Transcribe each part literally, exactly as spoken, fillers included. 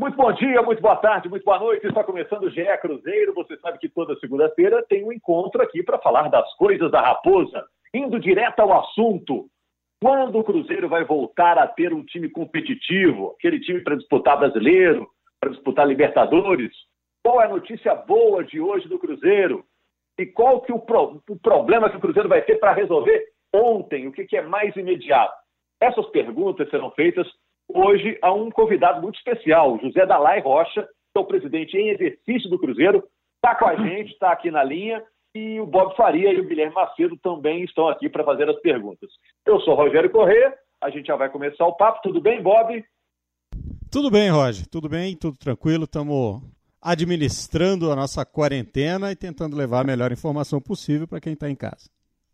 Muito bom dia, muito boa tarde, muito boa noite. Está começando o G E Cruzeiro. Você sabe que toda segunda-feira tem um encontro aqui para falar das coisas da Raposa. Indo direto ao assunto. Quando o Cruzeiro vai voltar a ter um time competitivo? Aquele time para disputar Brasileiro, para disputar Libertadores? Qual é a notícia boa de hoje do Cruzeiro? E qual que é o, pro, o problema que o Cruzeiro vai ter para resolver ontem? O que, que é mais imediato? Essas perguntas serão feitas hoje a um convidado muito especial, José Dalay Rocha, que é o presidente em exercício do Cruzeiro, está com a gente, está aqui na linha, e o Bob Faria e o Guilherme Macedo também estão aqui para fazer as perguntas. Eu sou Rogério Corrêa, a gente já vai começar o papo. Tudo bem, Bob? Tudo bem, Roger, tudo bem, tudo tranquilo, estamos administrando a nossa quarentena e tentando levar a melhor informação possível para quem está em casa.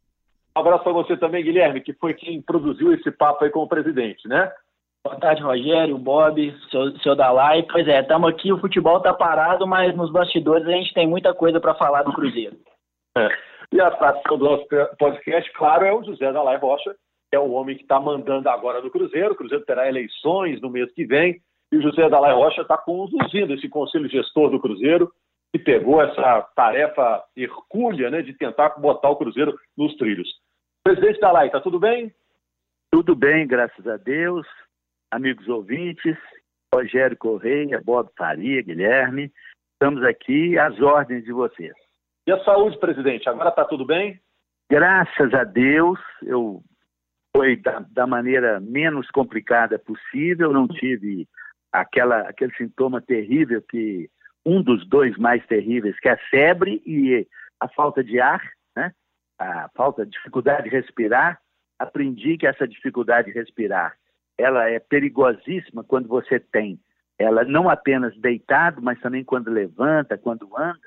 Um abraço para você também, Guilherme, que foi quem produziu esse papo aí com o presidente, né? Boa tarde, Rogério, Bob, seu, seu Dalay. Pois é, estamos aqui, o futebol está parado, mas nos bastidores a gente tem muita coisa para falar do Cruzeiro. É. E a atração do nosso podcast, claro, é o José Dalay Rocha, que é o homem que está mandando agora no Cruzeiro. O Cruzeiro terá eleições no mês que vem, e o José Dalay Rocha está conduzindo esse conselho gestor do Cruzeiro, que pegou essa tarefa hercúlea, né, de tentar botar o Cruzeiro nos trilhos. Presidente Dalay, está tudo bem? Tudo bem, graças a Deus. Amigos ouvintes, Rogério Corrêa, Bob Faria, Guilherme, estamos aqui às ordens de vocês. E a saúde, presidente? Agora está tudo bem? Graças a Deus, eu foi da, da maneira menos complicada possível, não tive aquela, aquele sintoma terrível, que um dos dois mais terríveis, que é a febre e a falta de ar, né? A falta de dificuldade de respirar. Aprendi que essa dificuldade de respirar ela é perigosíssima quando você tem ela não apenas deitado, mas também quando levanta, quando anda,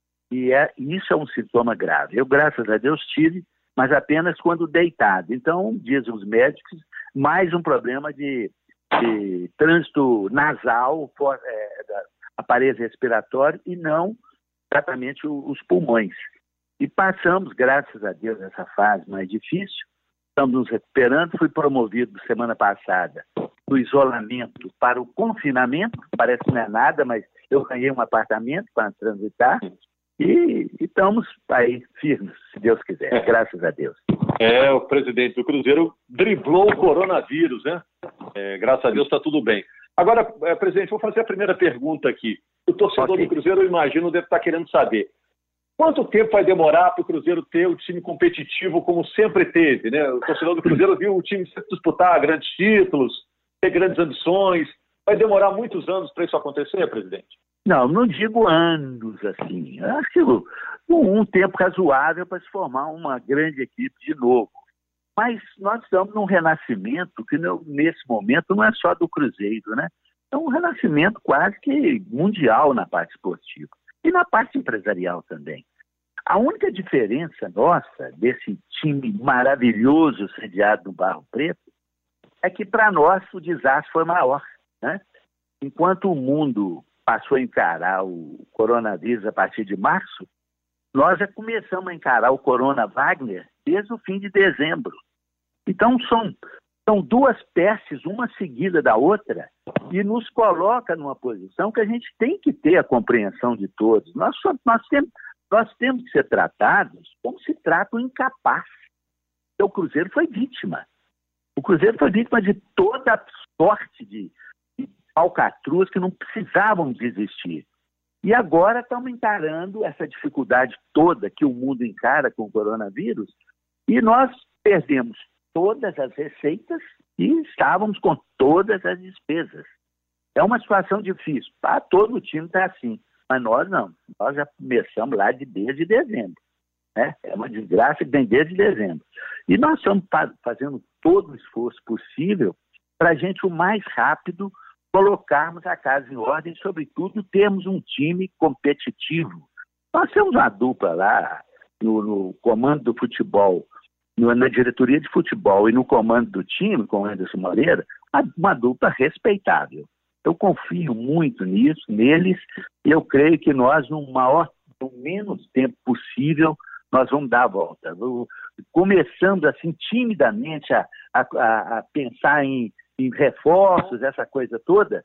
e é, isso é um sintoma grave. Eu, graças a Deus, tive, mas apenas quando deitado. Então, dizem os médicos, mais um problema de, de trânsito nasal, for, é, da aparelho respiratório, e não exatamente os pulmões. E passamos, graças a Deus, essa fase mais difícil. Estamos nos recuperando. Fui promovido semana passada do isolamento para o confinamento. Parece que não é nada, mas eu ganhei um apartamento para transitar e, e estamos aí firmes, se Deus quiser, é. Graças a Deus. É, o presidente do Cruzeiro driblou o coronavírus, né? É, graças a Deus está tudo bem. Agora, é, presidente, vou fazer a primeira pergunta aqui. O torcedor okay. do Cruzeiro, eu imagino, deve estar querendo saber. Quanto tempo vai demorar para o Cruzeiro ter o time competitivo como sempre teve, né? O torcedor do Cruzeiro viu o time sempre disputar grandes títulos, ter grandes ambições. Vai demorar muitos anos para isso acontecer, presidente? Não, não digo anos assim. Acho que um, um tempo razoável para se formar uma grande equipe de novo. Mas nós estamos num renascimento que não, nesse momento não é só do Cruzeiro, né? É um renascimento quase que mundial na parte esportiva. E na parte empresarial também. A única diferença nossa desse time maravilhoso sediado no Barro Preto é que para nós o desastre foi maior, né? Enquanto o mundo passou a encarar o coronavírus a partir de março, nós já começamos a encarar o Corona Wagner desde o fim de dezembro. Então são, são duas pestes, uma seguida da outra, e nos coloca numa posição que a gente tem que ter a compreensão de todos. Nós, só, nós, temos, nós temos que ser tratados como se trata o incapaz. O Cruzeiro foi vítima. O Cruzeiro foi vítima de toda a sorte de, de falcatruas que não precisavam desistir. E agora estamos encarando essa dificuldade toda que o mundo encara com o coronavírus, e nós perdemos todas as receitas e estávamos com todas as despesas. É uma situação difícil. Ah, todo o time está assim, mas nós não. Nós já começamos lá de desde dezembro. Né? É uma desgraça que vem desde dezembro. E nós estamos fazendo todo o esforço possível para a gente, o mais rápido, colocarmos a casa em ordem, sobretudo termos um time competitivo. Nós temos uma dupla lá no, no comando do futebol, na diretoria de futebol e no comando do time, com o Anderson Moreira, uma dupla respeitável. Eu confio muito nisso, neles, e eu creio que nós, no maior, no menos tempo possível, nós vamos dar a volta. Começando assim, timidamente, a, a, a pensar em, em reforços, essa coisa toda,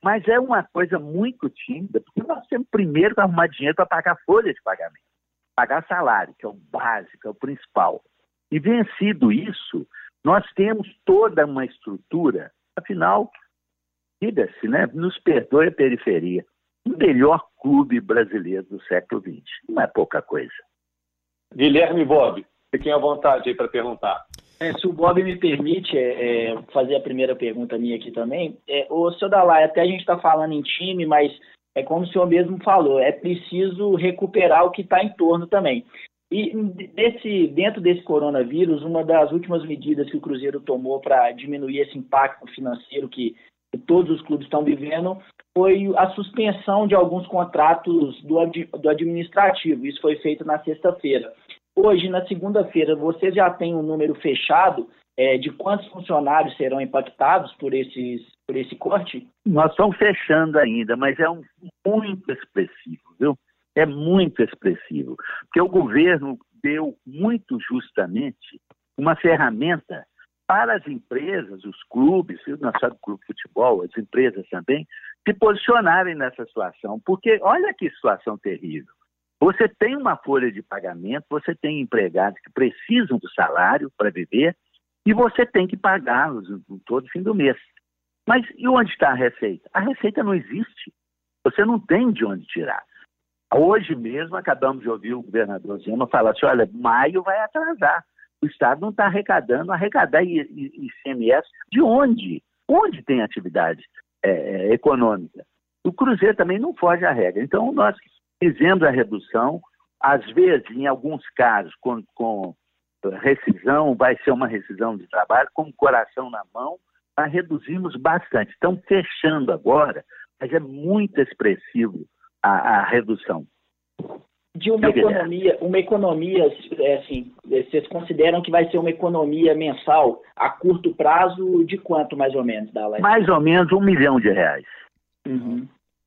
Mas é uma coisa muito tímida, porque nós temos primeiro que arrumar dinheiro para pagar folha de pagamento, pagar salário, que é o básico, é o principal. E vencido isso, nós temos toda uma estrutura, afinal, diga-se, né, nos perdoe a periferia, o melhor clube brasileiro do século vinte. Não é pouca coisa. Guilherme Bob, fiquem à vontade aí para perguntar. É, se o Bob me permite é, é, fazer a primeira pergunta minha aqui também, é, o senhor Dalai, até a gente está falando em time, mas é como o senhor mesmo falou, é preciso recuperar o que está em torno também. E desse, dentro desse coronavírus, uma das últimas medidas que o Cruzeiro tomou para diminuir esse impacto financeiro que todos os clubes estão vivendo foi a suspensão de alguns contratos do, do administrativo. Isso foi feito na sexta-feira. Hoje, na segunda-feira, você já tem um número fechado é, de quantos funcionários serão impactados por, esses, por esse corte? Nós estamos fechando ainda, mas é um, muito expressivo, viu? É muito expressivo. Porque o governo deu muito justamente uma ferramenta para as empresas, os clubes, nós sabemos o clube de futebol, as empresas também, se posicionarem nessa situação. Porque olha que situação terrível. Você tem uma folha de pagamento, você tem empregados que precisam do salário para viver e você tem que pagá-los todo fim do mês. Mas e onde está a receita? A receita não existe. Você não tem de onde tirar. Hoje mesmo acabamos de ouvir o governador Zema falar assim, olha, maio vai atrasar. O Estado não está arrecadando, arrecadar I C M S de onde? Onde tem atividade é, econômica? O Cruzeiro também não foge à regra. Então, nós fizemos a redução, às vezes, em alguns casos, com, com rescisão, vai ser uma rescisão de trabalho, com o coração na mão, mas reduzimos bastante. Estamos fechando agora, mas é muito expressivo a, a redução. De uma economia, uma economia, assim, vocês consideram que vai ser uma economia mensal a curto prazo de quanto, mais ou menos, Dalai? Mais ou menos um milhão de reais. Uhum.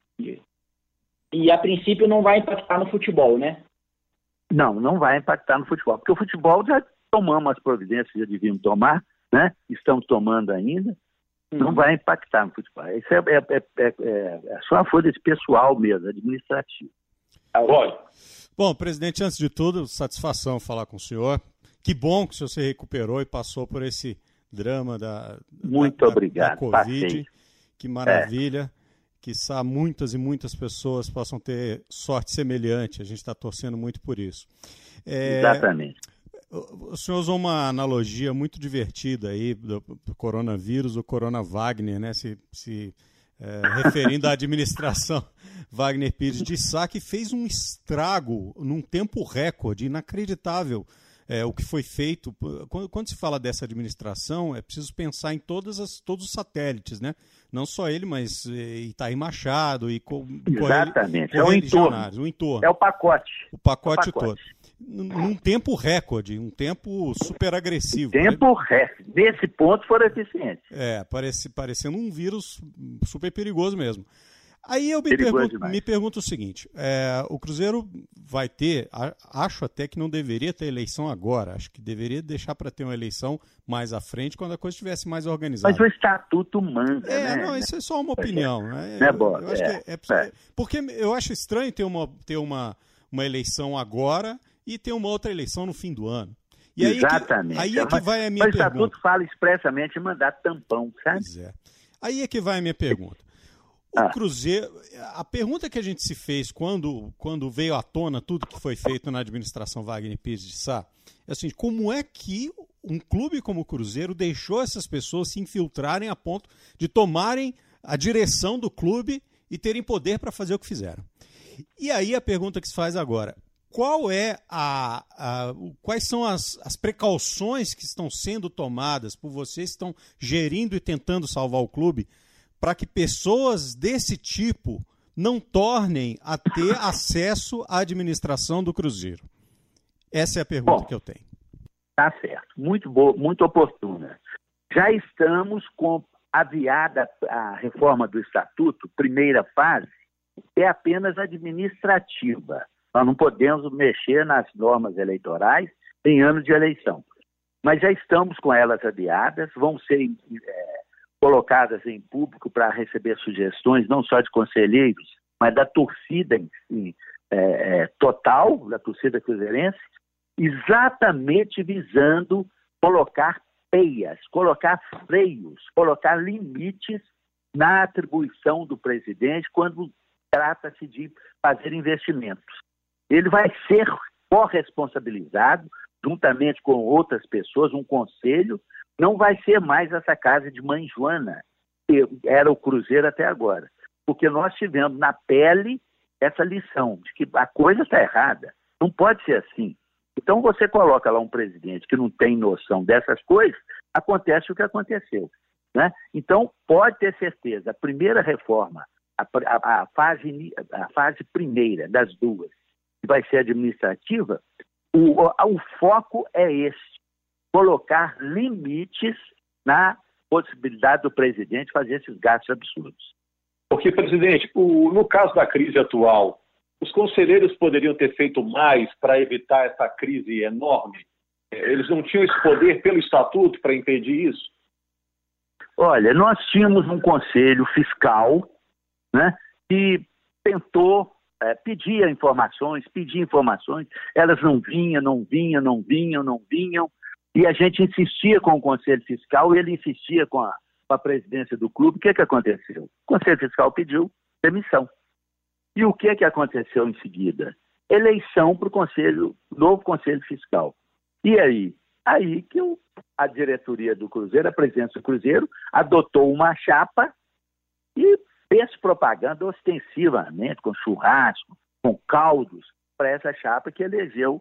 E a princípio não vai impactar no futebol, né? Não, não vai impactar no futebol, porque o futebol já tomamos as providências que já devíamos tomar, né? Estamos tomando ainda, uhum. Não vai impactar no futebol. Isso é, é, é, é, é só uma folha pessoal mesmo, administrativa. Agora. Bom, presidente, antes de tudo, satisfação falar com o senhor. Que bom que o senhor se recuperou e passou por esse drama da, Muito da, obrigado. da Covid. Passei. Que maravilha. É. Quiçá muitas e muitas pessoas possam ter sorte semelhante. A gente está torcendo muito por isso. É, Exatamente. O senhor usou uma analogia muito divertida aí do, do coronavírus, o Corona Wagner, né? Se, se é, referindo à administração Wagner Pires de Sá, que fez um estrago num tempo recorde, inacreditável. É, o que foi feito, quando, quando se fala dessa administração, é preciso pensar em todas as, todos os satélites, né? Não só ele, mas é, Itaí Machado e co, Exatamente, corre, é o entorno. o entorno. É o pacote. O pacote, é o pacote. todo. Num tempo recorde, um tempo super agressivo. Tempo né? recorde. Nesse ponto foram eficientes. É, parece, parecendo um vírus super perigoso mesmo. Aí eu me pergunto, me pergunto o seguinte, é, o Cruzeiro vai ter, acho até que não deveria ter eleição agora, acho que deveria deixar para ter uma eleição mais à frente, quando a coisa estivesse mais organizada. Mas o estatuto manda, é, né? Não, isso é só uma opinião. É, né? é bom, eu acho é, que é, é, porque eu acho estranho ter, uma, ter uma, uma eleição agora e ter uma outra eleição no fim do ano. E aí Exatamente. Que, aí é que vai a minha mas pergunta. Mas o estatuto fala expressamente em mandar tampão, sabe? Pois é. Aí é que vai a minha pergunta. O ah. Cruzeiro, a pergunta que a gente se fez quando, quando veio à tona tudo que foi feito na administração Wagner Pires de Sá, é assim, como é que um clube como o Cruzeiro deixou essas pessoas se infiltrarem a ponto de tomarem a direção do clube e terem poder para fazer o que fizeram? E aí a pergunta que se faz agora, qual é a, a, quais são as, as precauções que estão sendo tomadas por vocês que estão gerindo e tentando salvar o clube para que pessoas desse tipo não tornem a ter acesso à administração do Cruzeiro? Essa é a pergunta Bom, que eu tenho. Tá certo. Muito boa, muito oportuna. Já estamos com aviada a reforma do Estatuto, primeira fase, é apenas administrativa. Nós não podemos mexer nas normas eleitorais em ano de eleição. Mas já estamos com elas aviadas, vão ser... É, colocadas em público para receber sugestões, não só de conselheiros, mas da torcida em si, é, é, total, da torcida cruzeirense, exatamente visando colocar peias, colocar freios, colocar limites na atribuição do presidente quando trata-se de fazer investimentos. Ele vai ser corresponsabilizado, juntamente com outras pessoas, um conselho, não vai ser mais essa casa de Mãe Joana, que era o Cruzeiro até agora. Porque nós tivemos na pele essa lição de que a coisa está errada, não pode ser assim. Então você coloca lá um presidente que não tem noção dessas coisas, acontece o que aconteceu, né? Então pode ter certeza, a primeira reforma, a, a, a, fase, a fase primeira das duas, que vai ser administrativa, o, o foco é esse, colocar limites na possibilidade do presidente fazer esses gastos absurdos. Porque, presidente, o, no caso da crise atual, os conselheiros poderiam ter feito mais para evitar essa crise enorme? Eles não tinham esse poder pelo estatuto para impedir isso? Olha, nós tínhamos um conselho fiscal, né, que tentou, é, pedia informações, pedia informações, elas não vinham, não vinham, não vinham, não vinham, e a gente insistia com o conselho fiscal e ele insistia com a, com a presidência do clube. O que que aconteceu? O conselho fiscal pediu demissão. E o que que aconteceu em seguida? Eleição para o conselho, novo conselho fiscal. E aí? Aí que o, a diretoria do Cruzeiro, a presidência do Cruzeiro, adotou uma chapa e fez propaganda ostensivamente, com churrasco, com caldos, para essa chapa que elegeu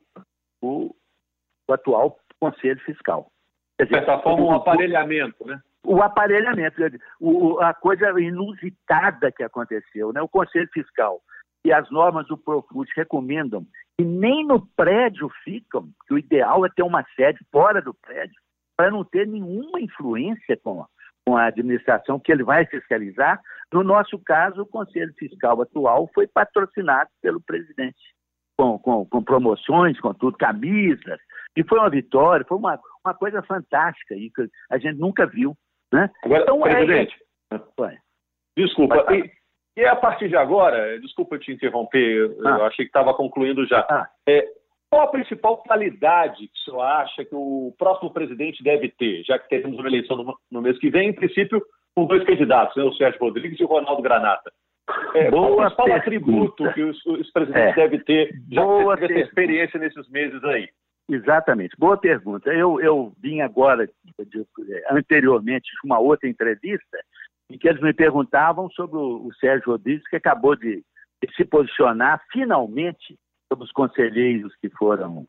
o, o atual conselho fiscal. Quer dizer, de certa forma, um aparelhamento, né? O aparelhamento, o, a coisa inusitada que aconteceu, né? O Conselho Fiscal e as normas do Profut recomendam que nem no prédio ficam, que o ideal é ter uma sede fora do prédio, para não ter nenhuma influência com a, com a administração que ele vai fiscalizar. No nosso caso, o Conselho Fiscal atual foi patrocinado pelo presidente, com, com, com promoções, com tudo, camisas, e foi uma vitória, foi uma, uma coisa fantástica, e que a gente nunca viu. Né? Agora, então, presidente, é... desculpa, e, e a partir de agora, desculpa te interromper, ah. eu achei que estava concluindo já, ah. é, qual a principal qualidade que o senhor acha que o próximo presidente deve ter, já que teremos uma eleição no, no mês que vem, em princípio, com dois candidatos, né, o Sérgio Rodrigues e o Ronaldo Granata. É, qual o principal atributo que os, os presidentes é. devem ter, já Boa que teve essa experiência nesses meses aí? Exatamente. Boa pergunta. Eu, eu vim agora, de, anteriormente, de uma outra entrevista, em que eles me perguntavam sobre o, o Sérgio Rodrigues, que acabou de, de se posicionar, finalmente, sobre os conselheiros que foram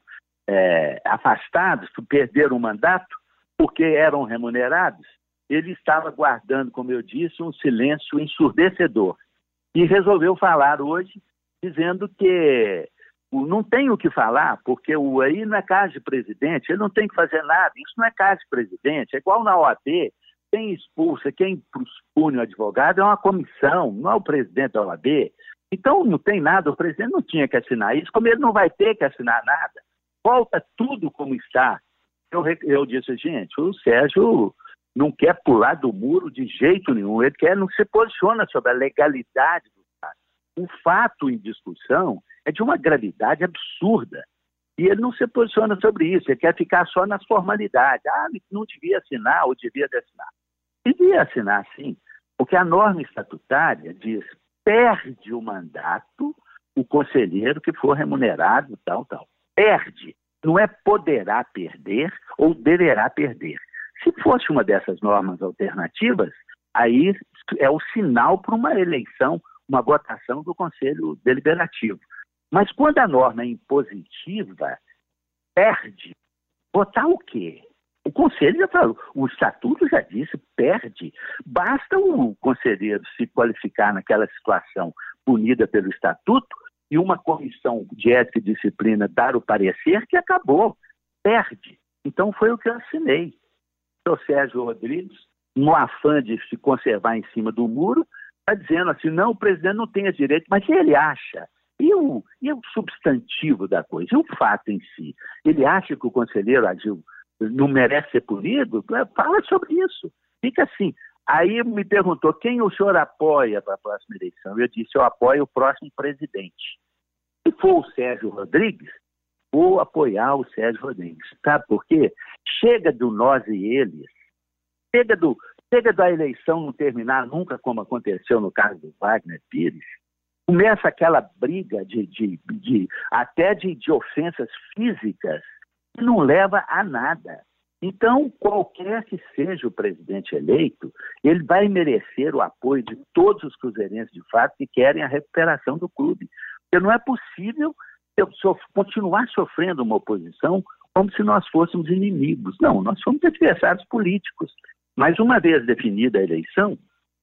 é, afastados, que perderam o mandato, porque eram remunerados. Ele estava guardando, como eu disse, um silêncio ensurdecedor. E resolveu falar hoje, dizendo que não tem o que falar, porque o, aí não é caso de presidente, ele não tem que fazer nada, isso não é caso de presidente, é igual na O A B, quem expulsa, quem pune o advogado é uma comissão, não é o presidente da O A B. Então não tem nada, o presidente não tinha que assinar isso, como ele não vai ter que assinar nada, volta tudo como está. Eu, eu disse, gente, o Sérgio não quer pular do muro de jeito nenhum, ele quer, não se posiciona sobre a legalidade do fato. O fato em discussão é de uma gravidade absurda. E ele não se posiciona sobre isso, ele quer ficar só nas formalidades. Ah, não devia assinar ou devia assinar. Devia assinar, sim, porque a norma estatutária diz, perde o mandato o conselheiro que for remunerado, tal, tal. Perde. Não é poderá perder ou deverá perder. Se fosse uma dessas normas alternativas, aí é o sinal para uma eleição, uma votação do Conselho Deliberativo. Mas quando a norma é impositiva, perde. Votar o quê? O Conselho já falou, o Estatuto já disse, perde. Basta o conselheiro se qualificar naquela situação punida pelo Estatuto e uma comissão de ética e disciplina dar o parecer que acabou. Perde. Então foi o que eu assinei. O Sérgio Rodrigues, no afã de se conservar em cima do muro, está dizendo assim, não, o presidente não tem esse direito, mas ele acha. E o, e o substantivo da coisa, e o fato em si? Ele acha que o conselheiro agiu, não merece ser punido? Fala sobre isso. Fica assim, Aí me perguntou, quem o senhor apoia para a próxima eleição? Eu disse, eu apoio o próximo presidente. Se for o Sérgio Rodrigues, vou apoiar o Sérgio Rodrigues. Sabe por quê? Chega do nós e eles, chega, do, chega da eleição não terminar nunca, como aconteceu no caso do Wagner Pires, começa aquela briga de, de, de, até de, de ofensas físicas que não leva a nada. Então, qualquer que seja o presidente eleito, ele vai merecer o apoio de todos os cruzeirenses de fato que querem a recuperação do clube. Porque não é possível eu sof- continuar sofrendo uma oposição como se nós fôssemos inimigos. Não, nós somos adversários políticos. Mas uma vez definida a eleição,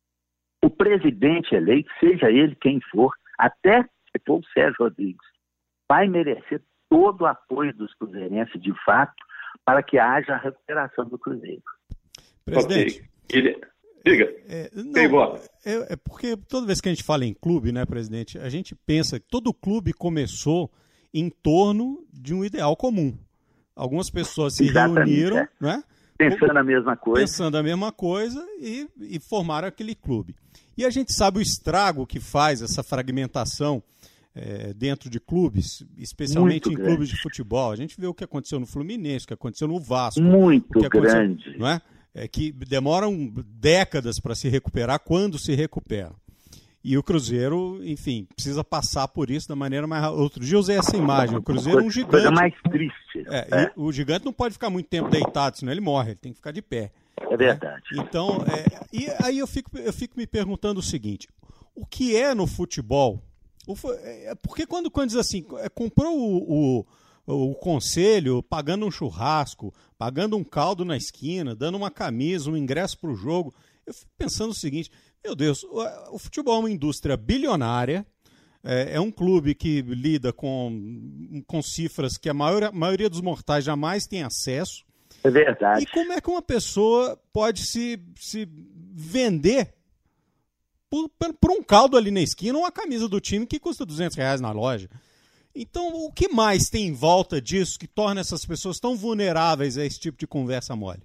o presidente eleito, seja ele quem for, até se for o Sérgio Rodrigues, vai merecer todo o apoio dos cruzeirenses de fato para que haja a recuperação do Cruzeiro. Presidente. Okay. Diga. É, não, é, é porque toda vez que a gente fala em clube, né, presidente, a gente pensa que todo clube começou em torno de um ideal comum. Algumas pessoas se Exatamente, reuniram, é. né? Pensando a mesma coisa. Pensando a mesma coisa e, e formaram aquele clube. E a gente sabe o estrago que faz essa fragmentação é, dentro de clubes, especialmente Muito em grande. clubes de futebol. A gente vê o que aconteceu no Fluminense, o que aconteceu no Vasco. Muito o que grande. Não é? É que demoram décadas para se recuperar quando se recupera. E o Cruzeiro, enfim, precisa passar por isso da maneira mais... Outro dia eu usei essa imagem, o Cruzeiro é um gigante. Coisa mais triste. É, É, o gigante não pode ficar muito tempo deitado, senão ele morre, ele tem que ficar de pé. é verdade. Né? Então, é, e aí eu fico, eu fico me perguntando o seguinte, o que é no futebol? O, é, porque quando, quando diz assim, é, comprou o... o o conselho pagando um churrasco, pagando um caldo na esquina, dando uma camisa, um ingresso para o jogo. Eu fico pensando o seguinte, meu Deus, o, o futebol é uma indústria bilionária, é, é um clube que lida com, com cifras que a maior, a maioria dos mortais jamais tem acesso. É verdade. E como é que uma pessoa pode se, se vender por, por um caldo ali na esquina ou uma camisa do time que custa duzentos reais na loja? Então, o que mais tem em volta disso que torna essas pessoas tão vulneráveis a esse tipo de conversa mole?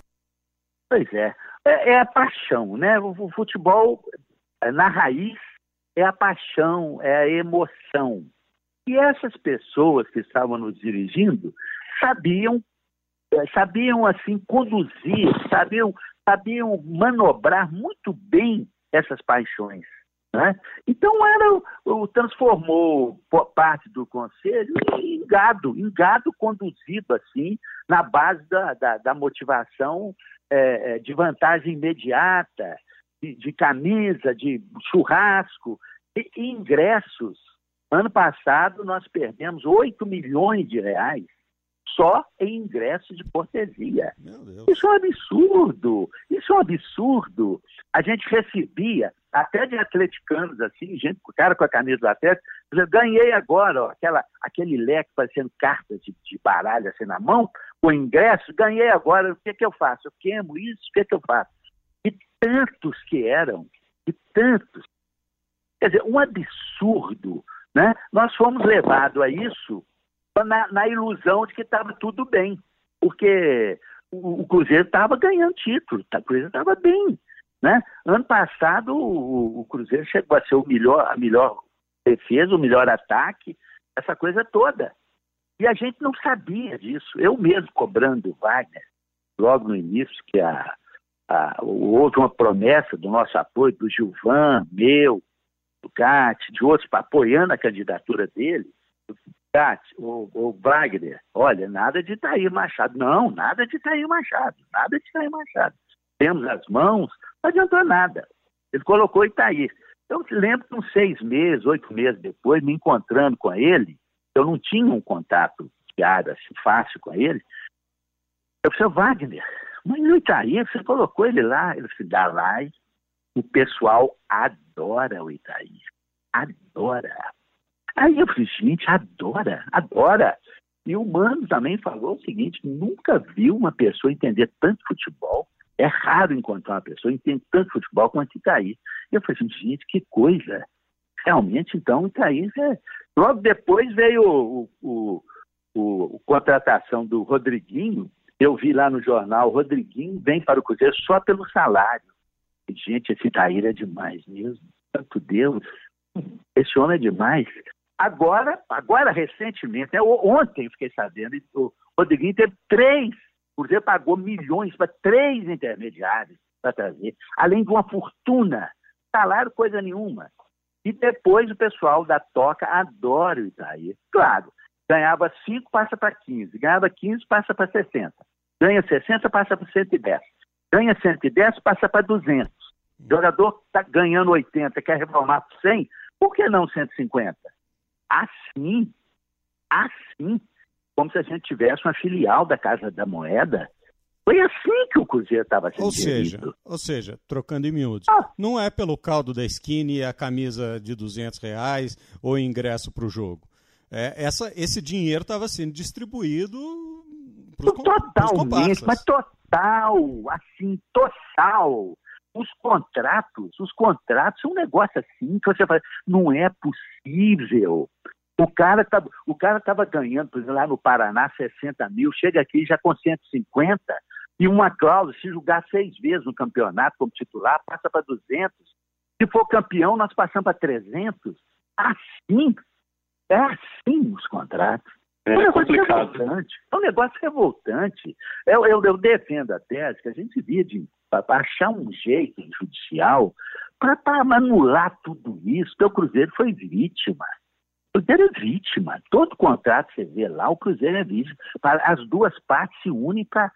Pois é. É, é a paixão, né? O, o futebol, na raiz, é a paixão, é a emoção. E essas pessoas que estavam nos dirigindo sabiam, sabiam assim, conduzir, sabiam, sabiam manobrar muito bem essas paixões. Né? Então era, o, transformou parte do conselho em gado, em gado conduzido assim, na base da, da, da motivação é, de vantagem imediata, de, de camisa, de churrasco, e, e ingressos. Ano passado nós perdemos oito milhões de reais só em ingressos de cortesia. Isso é um absurdo, isso é um absurdo. A gente recebia, até de atleticanos, assim, gente, cara com a camisa do Atlético, eu ganhei agora, ó, aquela, aquele leque parecendo cartas de, de baralho assim na mão, o ingresso, ganhei agora, o que que eu faço? Eu queimo isso, o que que eu faço? E tantos que eram, e tantos. Quer dizer, um absurdo, né? Nós fomos levados a isso Na, na ilusão de que estava tudo bem, porque o, o Cruzeiro estava ganhando título, o Cruzeiro estava bem, né? Ano passado o, o Cruzeiro chegou a ser o melhor, a melhor defesa, o melhor ataque, essa coisa toda. E a gente não sabia disso. Eu mesmo cobrando o Wagner, logo no início, que a, a, houve uma promessa do nosso apoio, do Gilvan, meu, do Gatti, de outros, apoiando a candidatura dele. O, o Wagner, olha, nada de Itair Machado. Não, nada de Itair Machado. Nada de Itair Machado. Temos as mãos, não adiantou nada. Ele colocou Itair. Eu lembro que uns seis meses, oito meses depois, me encontrando com ele, eu não tinha um contato diário, assim, fácil com ele. Eu falei, Wagner, mas no Itair, você colocou ele lá. Ele falou, dá lá, o pessoal adora o Itair. Adora. Aí eu falei, gente, adora, adora. E o Mano também falou o seguinte, nunca viu uma pessoa entender tanto futebol. É raro encontrar uma pessoa que entende tanto futebol quanto Itair. E eu falei assim, gente, que coisa. Realmente, então, Itair... É... Logo depois veio o, o, o, o contratação do Rodriguinho. Eu vi lá no jornal, o Rodriguinho vem para o Cruzeiro só pelo salário. Gente, esse Itaíra é demais mesmo. Santo Deus, esse homem é demais. Agora, agora recentemente, né, ontem eu fiquei sabendo, o Rodriguinho teve três, o Cruzeiro pagou milhões para três intermediários para trazer, além de uma fortuna, salário coisa nenhuma. E depois o pessoal da Toca adora o Itaíra. Claro, ganhava cinco, passa para quinze, ganhava quinze, passa para sessenta, ganha sessenta, passa para cento e dez, ganha cento e dez, passa para duzentos. O jogador está ganhando oitenta, quer reformar por cem, por que não cento e cinquenta? Assim, assim, como se a gente tivesse uma filial da Casa da Moeda. Foi assim que o Cruzeiro estava sendo ou seja, gerido. Ou seja, trocando em miúdos, ah. não é pelo caldo da esquina e a camisa de duzentos reais ou ingresso para o jogo. É, essa, esse dinheiro estava sendo distribuído para os comparsas. Mas total, assim, total. Os contratos, os contratos são um negócio assim que você fala, não é possível. O cara tá, o cara estava ganhando, por exemplo, lá no Paraná, sessenta mil, chega aqui já com cento e cinquenta, e uma cláusula, se jogar seis vezes no campeonato como titular, passa para duzentos. Se for campeão, nós passamos para trezentos. Assim, é assim os contratos. É, é um negócio complicado. revoltante. É um negócio revoltante. Eu, eu, eu defendo a tese que a gente devia de para achar um jeito judicial para anular tudo isso, porque o Cruzeiro foi vítima. O Cruzeiro é vítima. Todo contrato que você vê lá, o Cruzeiro é vítima. As duas partes se unem para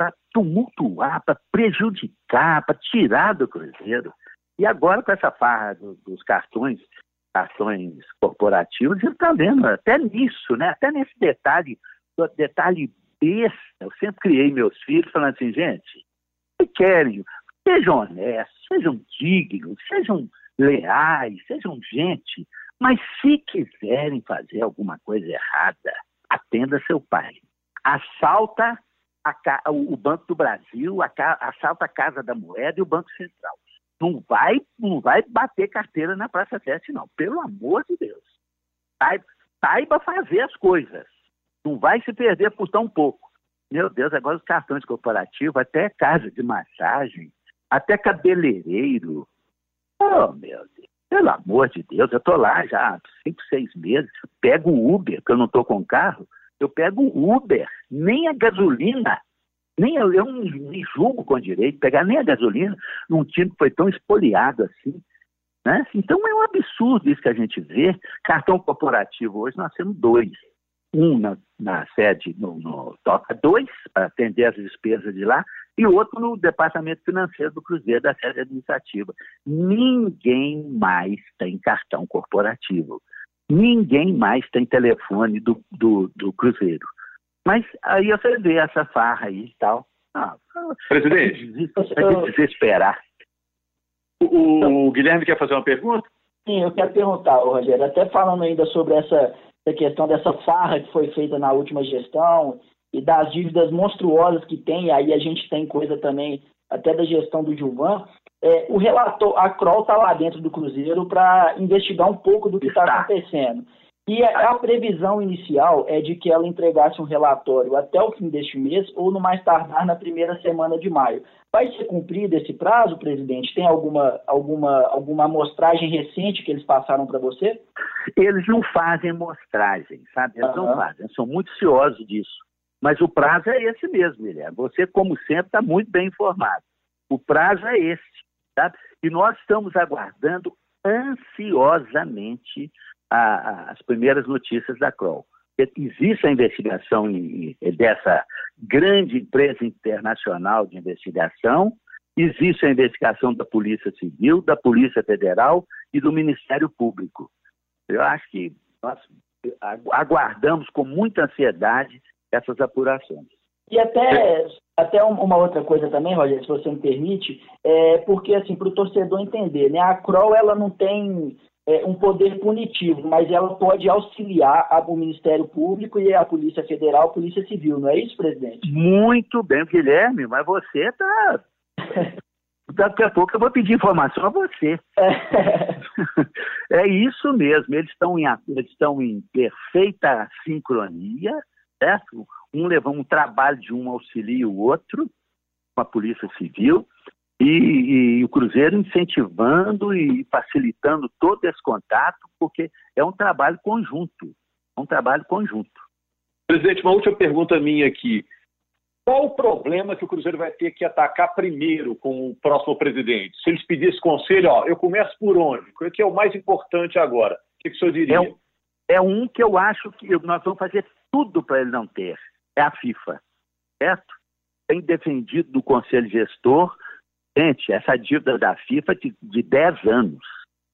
tumultuar, para prejudicar, para tirar do Cruzeiro. E agora, com essa farra do, dos cartões, cartões corporativos, você está vendo até nisso, né? Até nesse detalhe, detalhe besta. Eu sempre criei meus filhos falando assim, gente, se querem, sejam honestos, sejam dignos, sejam leais, sejam gente, mas se quiserem fazer alguma coisa errada, atenda seu pai. Assalta a, o Banco do Brasil, a, assalta a Casa da Moeda e o Banco Central. Não vai, não vai bater carteira na Praça Sete, não. Pelo amor de Deus. Saiba, saiba fazer as coisas. Não vai se perder por tão pouco. Meu Deus, agora os cartões corporativos, até casa de massagem, até cabeleireiro. Oh, meu Deus, pelo amor de Deus, eu estou lá já há cinco, seis meses, pego o Uber, porque eu não estou com carro, eu pego o Uber, nem a gasolina, nem eu, eu não me julgo com direito, pegar nem a gasolina num time que foi tão espoliado assim. Né? Então é um absurdo isso que a gente vê. Cartão corporativo hoje nós temos dois. Um na, na sede, no, no Toca dois, para atender as despesas de lá, e outro no departamento financeiro do Cruzeiro, da sede administrativa. Ninguém mais tem cartão corporativo. Ninguém mais tem telefone do, do, do Cruzeiro. Mas aí você vê essa farra aí e tal. Ah, Presidente, é de desesperar. O, o Guilherme quer fazer uma pergunta? Sim, eu quero perguntar, Rogério, até falando ainda sobre essa... a questão dessa farra que foi feita na última gestão e das dívidas monstruosas que tem, aí a gente tem coisa também até da gestão do Gilvan, é, o relator, a Kroll está lá dentro do Cruzeiro para investigar um pouco do que está acontecendo. E a, a previsão inicial é de que ela entregasse um relatório até o fim deste mês ou no mais tardar na primeira semana de maio. Vai ser cumprido esse prazo, presidente? Tem alguma, alguma, alguma amostragem recente que eles passaram para você? Eles não fazem amostragem, sabe? Eles uhum. não fazem, são muito ciosos disso. Mas o prazo é esse mesmo, Guilherme. Você, como sempre, está muito bem informado. O prazo é esse, sabe? E nós estamos aguardando ansiosamente a, a, as primeiras notícias da Kroll. Existe a investigação em, em, dessa grande empresa internacional de investigação, existe a investigação da Polícia Civil, da Polícia Federal e do Ministério Público. Eu acho que nós aguardamos com muita ansiedade essas apurações. E até, até uma outra coisa também, Rogério, se você me permite, é porque, assim, para o torcedor entender, né, a Kroll, ela não tem é, um poder punitivo, mas ela pode auxiliar a, o Ministério Público e a Polícia Federal, a Polícia Civil, não é isso, presidente? Muito bem, Guilherme, mas você está... Daqui a pouco eu vou pedir informação a você. É isso mesmo, eles estão em, eles estão em perfeita sincronia, certo? Um levando um trabalho de um auxilia o outro, com a Polícia Civil, E, e o Cruzeiro incentivando e facilitando todo esse contato, porque é um trabalho conjunto, é um trabalho conjunto. Presidente, uma última pergunta minha aqui. Qual o problema que o Cruzeiro vai ter que atacar primeiro com o próximo presidente? Se eles pedissem conselho, ó, eu começo por onde? O que é o mais importante agora? O que, que o senhor diria? É um, é um que eu acho que nós vamos fazer tudo para ele não ter. É a FIFA, certo? Tem defendido do Conselho Gestor, gente, essa dívida da FIFA de, de dez anos.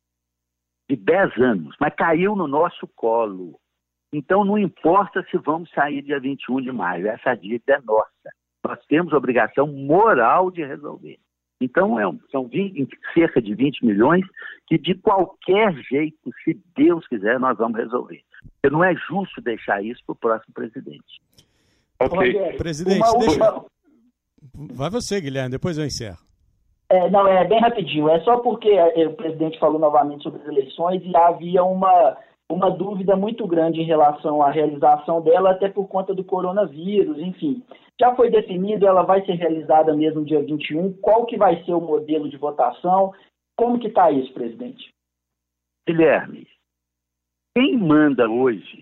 De dez anos, mas caiu no nosso colo. Então, não importa se vamos sair dia vinte e um de maio, essa dívida é nossa. Nós temos obrigação moral de resolver. Então, é um, são vinte, cerca de vinte milhões que, de qualquer jeito, se Deus quiser, nós vamos resolver. Porque não é justo deixar isso para o próximo presidente. Ok. Rogério, Presidente, uma deixa... última... Vai você, Guilherme, depois eu encerro. É, não, é bem rapidinho. É só porque é, o presidente falou novamente sobre as eleições e havia uma... uma dúvida muito grande em relação à realização dela, até por conta do coronavírus, enfim. Já foi definido, ela vai ser realizada mesmo dia vinte e um. Qual que vai ser o modelo de votação? Como que está isso, presidente? Guilherme, quem manda hoje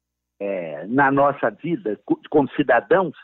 é, na nossa vida, como cidadãos,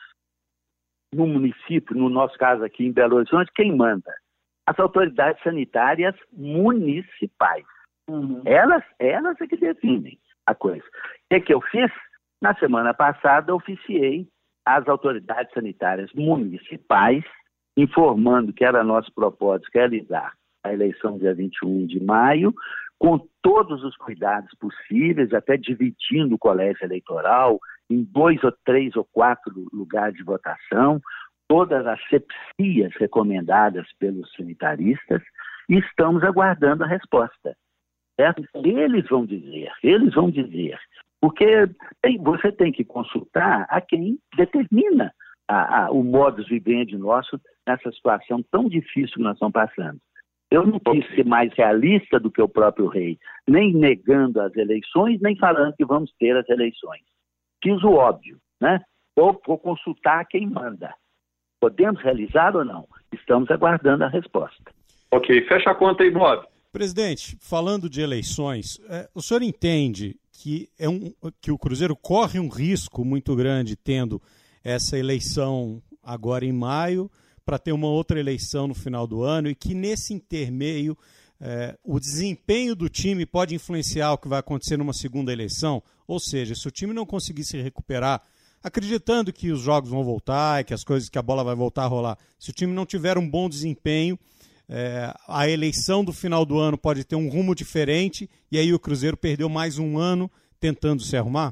no município, no nosso caso aqui em Belo Horizonte, quem manda? As autoridades sanitárias municipais. Uhum. Elas, elas é que definem a coisa. O que, que eu fiz? Na semana passada, oficiei as autoridades sanitárias municipais, informando que era nosso propósito realizar a eleição dia vinte e um de maio, com todos os cuidados possíveis, até dividindo o colégio eleitoral em dois ou três ou quatro lugares de votação, todas as asepsias recomendadas pelos sanitaristas, e estamos aguardando a resposta. Certo? Eles vão dizer, eles vão dizer, porque tem, você tem que consultar a quem determina a, a, o modus vivendi nosso nessa situação tão difícil que nós estamos passando. Eu não quis ser mais realista do que o próprio rei, nem negando as eleições, nem falando que vamos ter as eleições. Fiz o óbvio, né? Vou, vou consultar quem manda. Podemos realizar ou não? Estamos aguardando a resposta. Ok, fecha a conta aí, Bob. Presidente, falando de eleições, é, o senhor entende que, é um, que o Cruzeiro corre um risco muito grande tendo essa eleição agora em maio, para ter uma outra eleição no final do ano, e que nesse intermeio é, o desempenho do time pode influenciar o que vai acontecer numa segunda eleição? Ou seja, se o time não conseguir se recuperar, acreditando que os jogos vão voltar, que as coisas, que a bola vai voltar a rolar, se o time não tiver um bom desempenho, É, a eleição do final do ano pode ter um rumo diferente e aí o Cruzeiro perdeu mais um ano tentando se arrumar?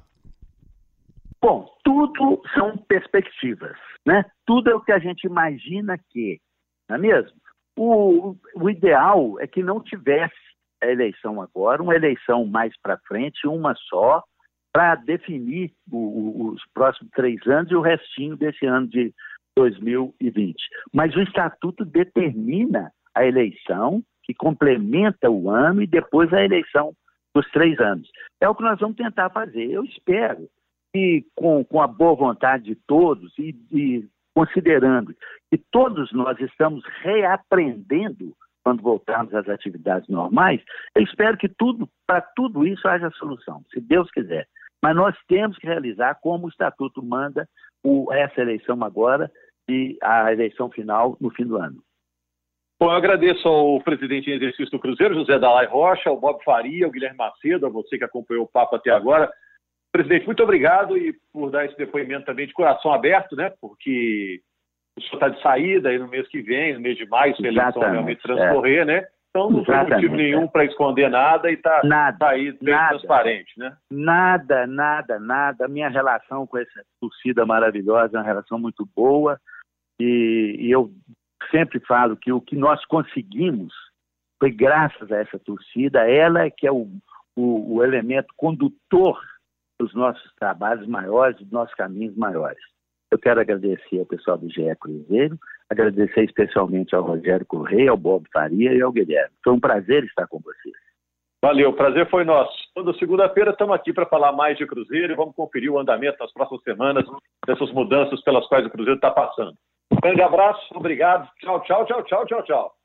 Bom, tudo são perspectivas, né? Tudo é o que a gente imagina que, não é mesmo? O, o ideal é que não tivesse a eleição agora, uma eleição mais para frente, uma só, para definir o, o, os próximos três anos e o restinho desse ano de dois mil e vinte. Mas o Estatuto determina a eleição, que complementa o ano, e depois a eleição dos três anos. É o que nós vamos tentar fazer. Eu espero que, com, com a boa vontade de todos, e, e considerando que todos nós estamos reaprendendo quando voltarmos às atividades normais, eu espero que tudo, para tudo isso haja solução, se Deus quiser. Mas nós temos que realizar como o Estatuto manda o, essa eleição agora e a eleição final no fim do ano. Bom, eu agradeço ao presidente em exercício do Cruzeiro, José Dalai Rocha, ao Bob Faria, ao Guilherme Macedo, a você que acompanhou o papo até agora. Presidente, muito obrigado e por dar esse depoimento também de coração aberto, né? Porque o senhor está de saída aí no mês que vem, no mês de maio, se a eleição realmente transcorrer, é. né? Então não tem motivo nenhum é. para esconder nada e está tá aí bem nada, transparente, né? Nada, nada, nada. A minha relação com essa torcida maravilhosa é uma relação muito boa e, e eu sempre falo que o que nós conseguimos foi graças a essa torcida, ela é que é o, o, o elemento condutor dos nossos trabalhos maiores, dos nossos caminhos maiores. Eu quero agradecer ao pessoal do G E Cruzeiro, agradecer especialmente ao Rogério Correia, ao Bob Faria e ao Guilherme. Foi um prazer estar com vocês. Valeu, o prazer foi nosso. Toda segunda-feira estamos aqui para falar mais de Cruzeiro e vamos conferir o andamento nas próximas semanas dessas mudanças pelas quais o Cruzeiro está passando. Grande abraço, obrigado. Tchau, tchau, tchau, tchau, tchau, tchau.